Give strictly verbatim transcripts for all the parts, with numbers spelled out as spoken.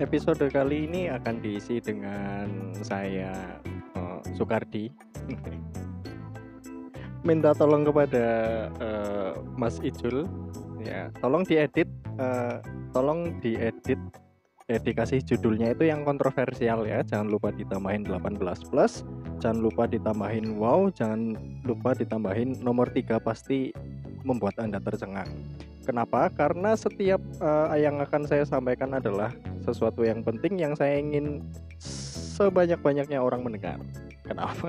Episode kali ini akan diisi dengan saya, eee, Sukardi, minta tolong kepada, eee, Mas Ijul, ya tolong diedit, eee, tolong diedit, eh, dikasih judulnya itu yang kontroversial ya, jangan lupa ditambahin delapan belas plus, jangan lupa ditambahin wow, jangan lupa ditambahin nomor tiga pasti membuat Anda tercengang. Kenapa? Karena setiap, eee, yang akan saya sampaikan adalah sesuatu yang penting yang saya ingin sebanyak-banyaknya orang mendengar. Kenapa?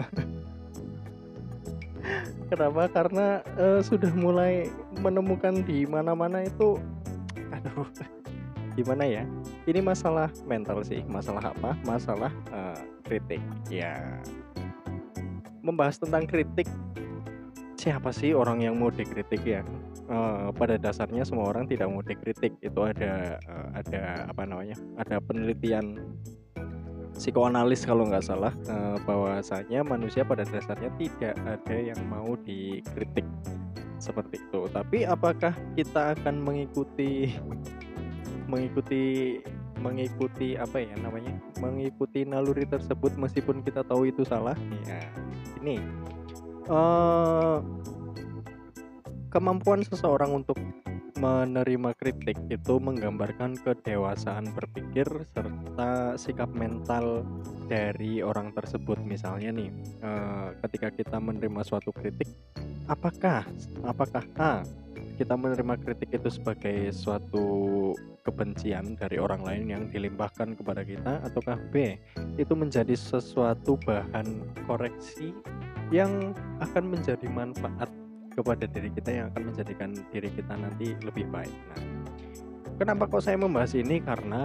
Kenapa? Karena, eee, sudah mulai menemukan di mana-mana itu aduh, gimana ya, ini masalah mental sih, masalah apa, masalah, eee, kritik. Ya, membahas tentang kritik, siapa sih orang yang mau dikritik ya? Eee, pada dasarnya semua orang tidak mau dikritik, itu ada, eee, ada apa namanya, ada penelitian psikoanalis kalau nggak salah, eee, bahwasanya manusia pada dasarnya tidak ada yang mau dikritik, seperti itu. Tapi apakah kita akan mengikuti mengikuti mengikuti apa ya namanya, mengikuti naluri tersebut meskipun kita tahu itu salah? Ya, ini, eee, kemampuan seseorang untuk menerima kritik itu menggambarkan kedewasaan berpikir serta sikap mental dari orang tersebut. Misalnya nih, eee, ketika kita menerima suatu kritik, apakah apakah A, kita menerima kritik itu sebagai suatu kebencian dari orang lain yang dilimpahkan kepada kita, ataukah B, itu menjadi sesuatu bahan koreksi yang akan menjadi manfaat kepada diri kita, yang akan menjadikan diri kita nanti lebih baik. Nah, kenapa kok saya membahas ini? Karena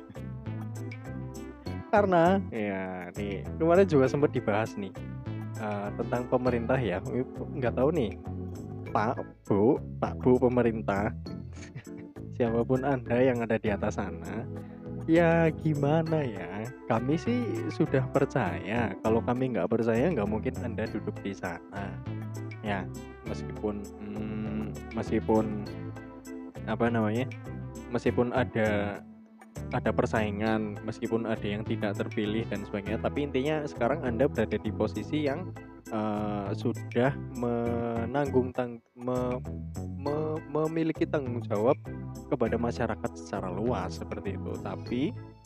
karena ya nih, kemarin juga sempat dibahas nih, eee, tentang pemerintah ya, nggak tahu nih, Pak, Bu, Pak, Bu pemerintah, siapapun Anda yang ada di atas sana, ya gimana ya, kami sih sudah percaya, kalau kami nggak percaya nggak mungkin Anda duduk di sana. Ya, meskipun, mmm, meskipun apa namanya, meskipun ada ada persaingan, meskipun ada yang tidak terpilih dan sebagainya, tapi intinya sekarang Anda berada di posisi yang, eee, sudah menanggung tang me me memiliki tanggung jawab kepada masyarakat secara luas, seperti itu. Tapi,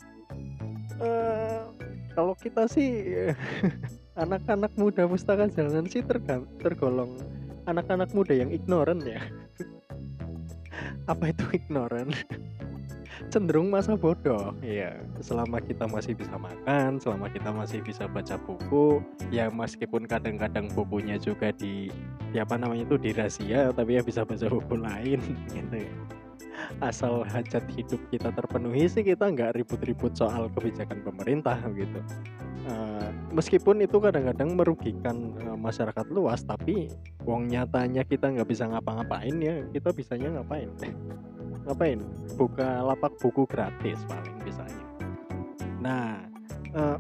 eee, kalau kita sih anak-anak muda pustaka jangan sih terga tergolong anak-anak muda yang ignorant ya. Apa itu ignorant? Cenderung masa bodoh, iya. Selama kita masih bisa makan, selama kita masih bisa baca buku, ya meskipun kadang-kadang bukunya juga di di apa namanya itu, dirazia, tapi ya bisa baca buku lain gitu ya. Asal hajat hidup kita terpenuhi sih kita nggak ribut-ribut soal kebijakan pemerintah gitu. Eee, meskipun itu kadang-kadang merugikan, eee, masyarakat luas, tapi wong nyatanya kita nggak bisa ngapa-ngapain ya, kita bisanya ngapain? Ngapain? Buka lapak buku gratis paling bisanya. Nah, eee,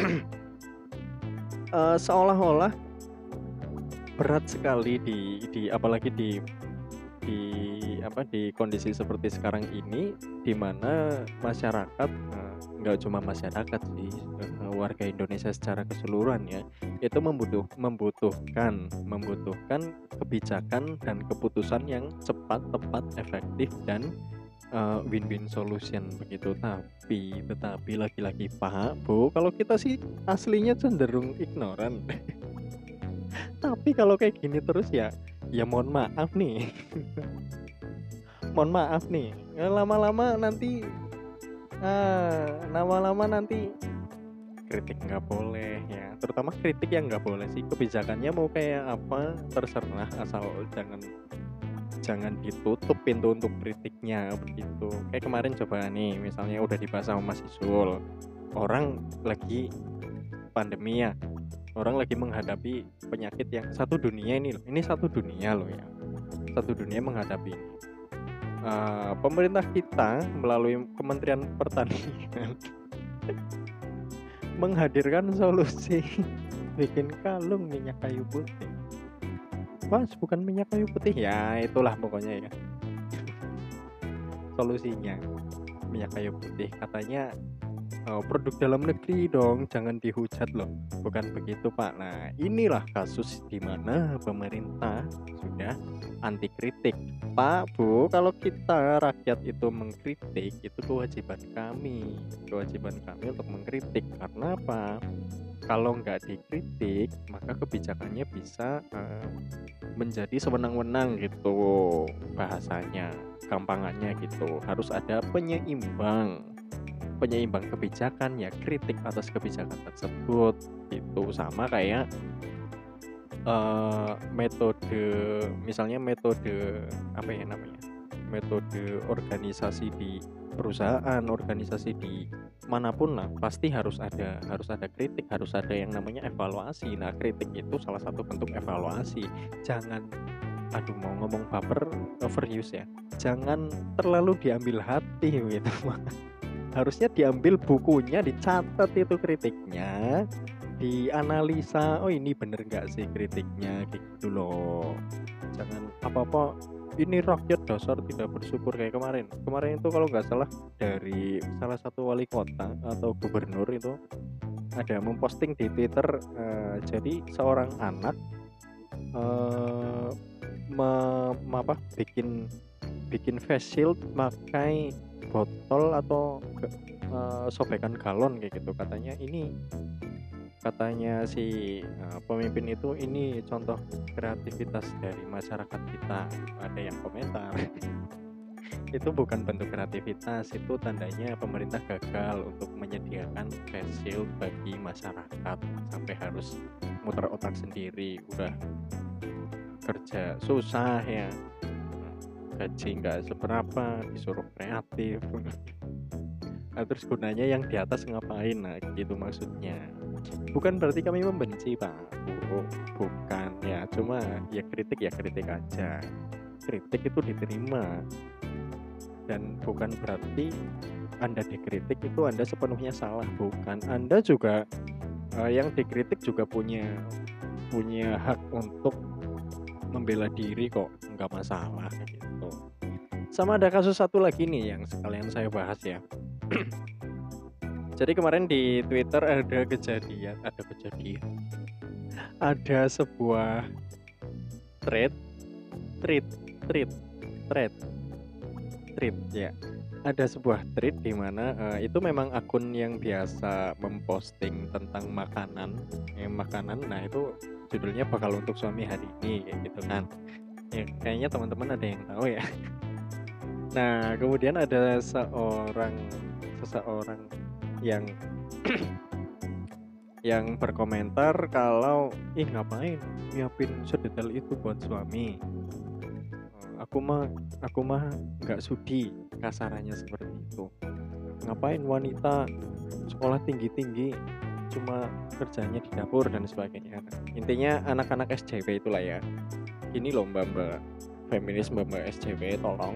eee, seolah-olah berat sekali di di apalagi di di apa, di kondisi seperti sekarang ini, di mana masyarakat, eee, nggak cuma masyarakat sih, eee, warga Indonesia secara keseluruhan ya, itu membutuh membutuhkan membutuhkan kebijakan dan keputusan yang cepat, tepat, efektif dan, eee, win-win solution begitu. Tapi tetapi lagi-lagi Pak, Bu, kalau kita sih aslinya cenderung ignoran. Tapi kalau kayak gini terus ya, ya mohon maaf nih. Mohon maaf nih, eee, lama-lama nanti, eee, lama-lama nanti kritik nggak boleh ya, terutama kritik yang nggak boleh sih, kebijakannya mau kayak apa terserah, asal jangan jangan ditutup pintu untuk kritiknya, begitu. Kayak kemarin coba nih, misalnya udah dibahas sama Mas Isul, orang lagi pandemi ya, orang lagi menghadapi penyakit yang satu dunia ini loh, ini satu dunia loh ya, satu dunia menghadapi ini. Eee, pemerintah kita melalui Kementerian Pertanian menghadirkan solusi bikin kalung minyak kayu putih. Mas, bukan minyak kayu putih, ya itulah pokoknya ya. Solusinya minyak kayu putih, katanya eee, produk dalam negeri dong, jangan dihujat loh, bukan begitu, Pak. Nah, inilah kasus di mana pemerintah sudah anti kritik. Pak, Bu, kalau kita rakyat itu mengkritik, itu kewajiban kami, kewajiban kami untuk mengkritik. Karena apa? Kalau nggak dikritik, maka kebijakannya bisa, eee, menjadi sewenang-wenang gitu bahasanya, gampangannya gitu. Harus ada penyeimbang, penyeimbang kebijakan, ya kritik atas kebijakan tersebut, gitu. Sama kayak, eee, metode misalnya metode apa ya namanya, metode organisasi di perusahaan, organisasi di manapun lah, pasti harus ada harus ada kritik, harus ada yang namanya evaluasi. Nah, kritik itu salah satu bentuk evaluasi. Jangan aduh mau ngomong baper, overuse ya, jangan terlalu diambil hati gitu. Harusnya diambil bukunya, dicatat itu kritiknya, dianalisa, oh ini bener nggak sih kritiknya, gitu loh. Jangan apa-apa, ini rakyat dasar tidak bersyukur kayak kemarin. Kemarin itu kalau nggak salah dari salah satu wali kota atau gubernur itu ada memposting di Twitter, eh, jadi seorang anak eh, me- me- apa bikin bikin face shield pakai botol atau ge- eh, sobekan galon kayak gitu, katanya ini katanya si eh, pemimpin itu ini contoh kreativitas dari masyarakat kita. Ada yang komentar itu bukan bentuk kreativitas, itu tandanya pemerintah gagal untuk menyediakan face shield bagi masyarakat sampai harus muter otak sendiri, udah kerja susah ya, gaji nggak seberapa, disuruh kreatif. Nah, terus gunanya yang di atas ngapain? Nah, gitu maksudnya. Bukan berarti kami membenci, Pak. Bu, bukan ya, cuma ya kritik ya kritik aja. Kritik itu diterima, dan bukan berarti Anda dikritik itu Anda sepenuhnya salah, bukan. Anda juga eh, yang dikritik juga punya punya hak untuk membela diri kok, nggak masalah gitu. Sama ada kasus satu lagi nih yang sekalian saya bahas ya. Jadi kemarin di Twitter ada kejadian, ada kejadian, ada sebuah thread, thread, thread, thread, thread ya. Ada sebuah thread di mana eh, itu memang akun yang biasa memposting tentang makanan, eh, makanan. Nah itu judulnya bakal untuk suami hari ini kayak gitu kan. Ya, kayaknya teman-teman ada yang tahu ya. Nah, kemudian ada seorang seseorang yang yang berkomentar kalau ih ngapain nyiapin sedetail itu buat suami. Eh, Aku mah aku mah nggak sudi, kasarannya seperti itu. Ngapain wanita sekolah tinggi-tinggi cuma kerjanya di dapur dan sebagainya. Nah, intinya anak-anak S J W itulah ya. Ini loh mbak-mbak feminis, mbak-mbak S J W, tolong.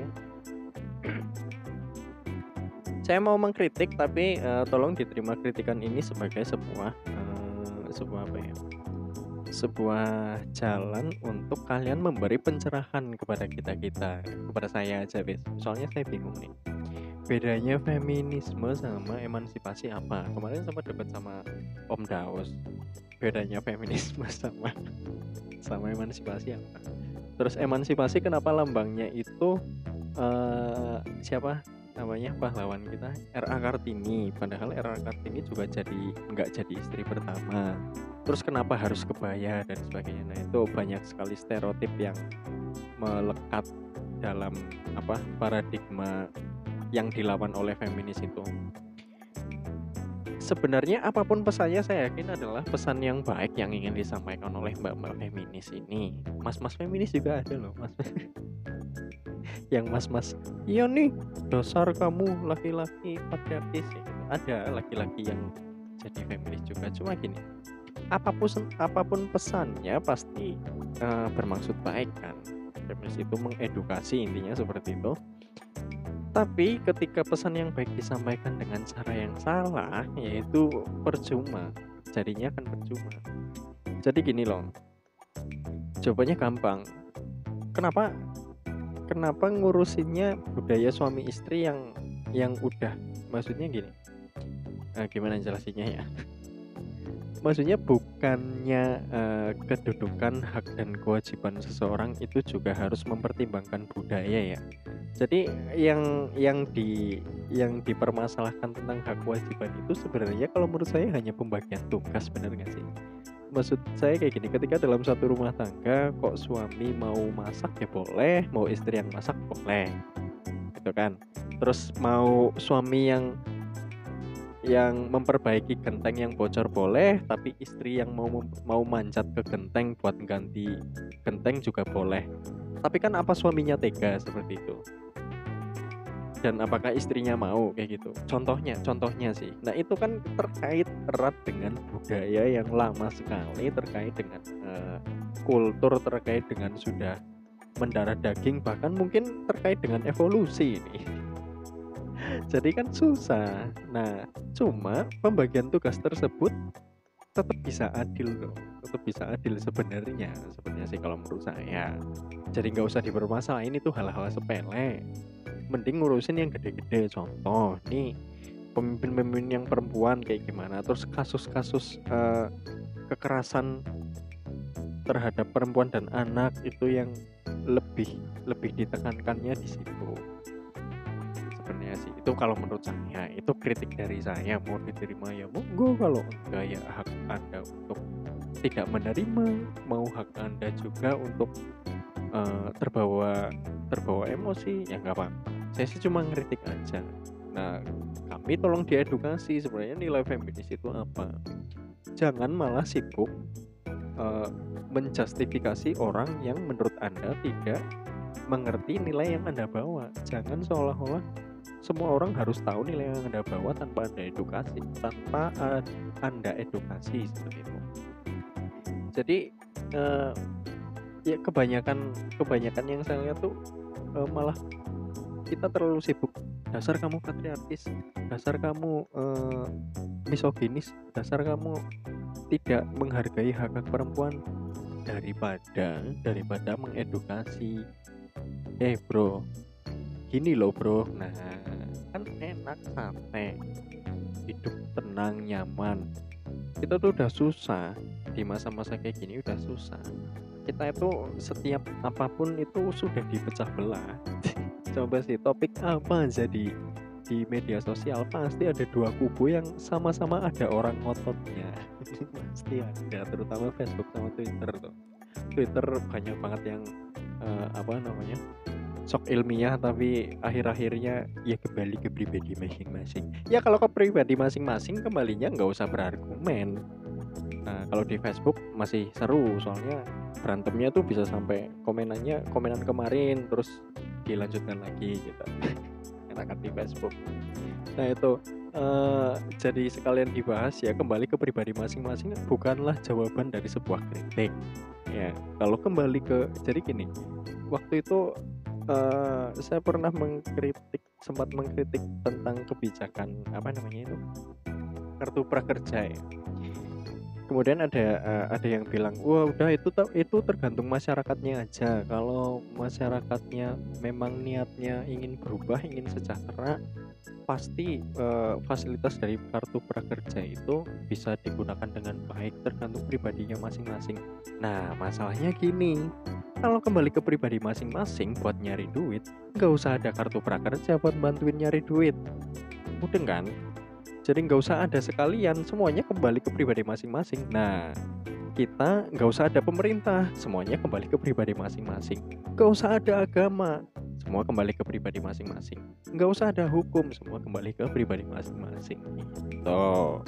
Saya mau mengkritik tapi eh, tolong diterima kritikan ini sebagai sebuah eh, sebuah apa ya? Sebuah jalan untuk kalian memberi pencerahan kepada kita-kita, kepada saya aja, Bis. Soalnya saya bingung nih. Bedanya feminisme sama emansipasi apa? Kemarin sempat debat sama Om Daus. Bedanya feminisme sama sama emansipasi apa? Terus emansipasi kenapa lambangnya itu eh siapa namanya pahlawan kita, R A Kartini, padahal R A Kartini juga jadi nggak jadi istri pertama. Terus kenapa harus kebaya dan sebagainya. Nah itu banyak sekali stereotip yang melekat dalam apa paradigma yang dilawan oleh feminis itu. Sebenarnya apapun pesannya saya yakin adalah pesan yang baik yang ingin disampaikan oleh mbak-mbak feminis ini. Mas-mas feminis juga ada loh, mas. Yang mas-mas, iya nih dasar kamu laki-laki patriarkis ya. Ada laki-laki yang jadi feminis juga, cuma gini, apapun apapun pesannya pasti uh, bermaksud baik kan. Feminis itu mengedukasi, intinya seperti itu. Tapi ketika pesan yang baik disampaikan dengan cara yang salah, yaitu percuma, jadinya akan percuma. Jadi gini loh, jawabannya gampang. Kenapa kenapa ngurusinnya budaya suami istri yang yang udah, maksudnya gini, eee, gimana jelasinnya ya? Maksudnya bukannya, eee, kedudukan, hak, dan kewajiban seseorang itu juga harus mempertimbangkan budaya ya. Jadi yang yang di yang dipermasalahkan tentang hak kewajiban itu sebenarnya kalau menurut saya hanya pembagian tugas, bener nggak sih? Maksud saya kayak gini, ketika dalam satu rumah tangga kok suami mau masak ya boleh, mau istri yang masak boleh, gitu kan. Terus mau suami yang yang memperbaiki genteng yang bocor boleh, tapi istri yang mau mem mau manjat ke genteng buat ganti genteng juga boleh. Tapi kan apa suaminya tega seperti itu? Dan apakah istrinya mau kayak gitu? Contohnya contohnya sih. Nah, itu kan terkait erat dengan budaya yang lama sekali, terkait dengan, eee, kultur, terkait dengan sudah mendarah daging, bahkan mungkin terkait dengan evolusi ini. Jadi kan susah. Nah, cuma pembagian tugas tersebut tetap bisa adil loh, tetap bisa adil sebenarnya, sebenarnya sih kalau menurut saya. Jadi nggak usah dipermasalahin itu hal-hal sepele. Mending ngurusin yang gede-gede. Contoh, nih pemimpin-pemimpin yang perempuan kayak gimana, terus kasus-kasus eh, kekerasan terhadap perempuan dan anak itu yang lebih lebih ditekankannya di situ. Sebenarnya sih itu kalau menurut saya, itu kritik dari saya, mau diterima ya monggo, kalau enggak ya hak Anda untuk tidak menerima, mau hak Anda juga untuk eh, terbawa terbawa emosi ya nggak apa-apa. Saya sih cuma ngeritik aja. Nah, kami tolong diedukasi sebenarnya nilai feminis itu apa. Jangan malah sibuk eh, menjustifikasi orang yang menurut Anda tidak mengerti nilai yang Anda bawa. Jangan seolah-olah semua orang harus tahu nilai yang Anda bawa tanpa Anda edukasi, tanpa uh, Anda edukasi seperti itu. Jadi uh, ya kebanyakan kebanyakan yang saya lihat tuh uh, malah kita terlalu sibuk. Dasar kamu patriarkis, dasar kamu uh, misoginis, dasar kamu tidak menghargai hak hak perempuan, daripada daripada mengedukasi. Eh bro, gini loh bro, nah kan enak, santai, hidup tenang, nyaman. Kita tuh udah susah di masa-masa kayak gini, udah susah. Kita itu setiap apapun itu sudah dipecah belah. Coba sih topik apa aja di di media sosial pasti ada dua kubu yang sama-sama ada orang ngototnya. Pasti ada, terutama Facebook sama Twitter tuh. Twitter banyak banget yang uh, apa namanya sok ilmiah, tapi akhir-akhirnya ya kembali ke pribadi masing-masing. Ya kalau ke pribadi masing-masing kembalinya nggak usah berargumen. Nah kalau di Facebook masih seru, soalnya berantemnya tuh bisa sampai komenannya komenan kemarin terus dilanjutkan lagi gitu. Enakan di Facebook. Nah itu uh, jadi sekalian dibahas ya, kembali ke pribadi masing-masing bukanlah jawaban dari sebuah kritik. Ya kalau kembali ke, jadi gini, waktu itu Uh, saya pernah mengkritik, sempat mengkritik tentang kebijakan apa namanya itu, kartu prakerja ya. Kemudian ada uh, ada yang bilang, wah udah itu itu tergantung masyarakatnya aja. Kalau masyarakatnya memang niatnya ingin berubah, ingin sejahtera, pasti uh, fasilitas dari kartu prakerja itu bisa digunakan dengan baik, tergantung pribadinya masing-masing. Nah masalahnya gini, kalau kembali ke pribadi masing-masing buat nyari duit, nggak usah ada kartu prakerja buat bantuin nyari duit, mudeng kan? Jadi nggak usah ada sekalian, semuanya kembali ke pribadi masing-masing. Nah, kita nggak usah ada pemerintah, semuanya kembali ke pribadi masing-masing. Nggak usah ada agama, semua kembali ke pribadi masing-masing. Nggak usah ada hukum, semua kembali ke pribadi masing-masing. Gitu.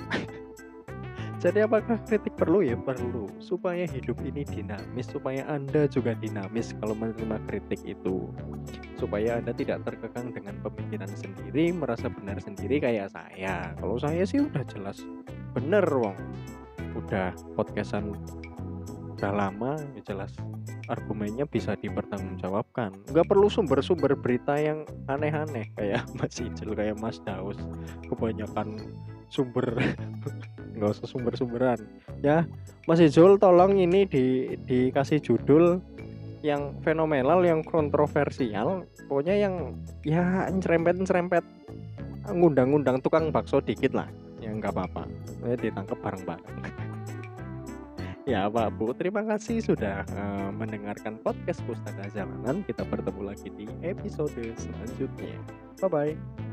Jadi apakah kritik perlu? Ya perlu, supaya hidup ini dinamis, supaya Anda juga dinamis kalau menerima kritik itu, supaya Anda tidak terkekang dengan pemikiran sendiri, merasa benar sendiri kayak saya. Kalau saya sih udah jelas bener wong, udah podcastan udah lama, ya jelas argumennya bisa dipertanggungjawabkan. Nggak perlu sumber-sumber berita yang aneh-aneh kayak Mas Ijel, kayak Mas Daus. Kebanyakan sumber nggak usah sumber-sumberan ya. Mas Ijul tolong ini di dikasih judul yang fenomenal, yang kontroversial, pokoknya yang ya nyerempet-nyerempet ngundang-ngundang tukang bakso dikit lah, yang nggak apa-apa, saya ditangkap bareng-bareng. Ya, Pak, Bu, terima kasih sudah, eee, mendengarkan podcast Pustaka Jalanan. Kita bertemu lagi di episode selanjutnya. Bye-bye.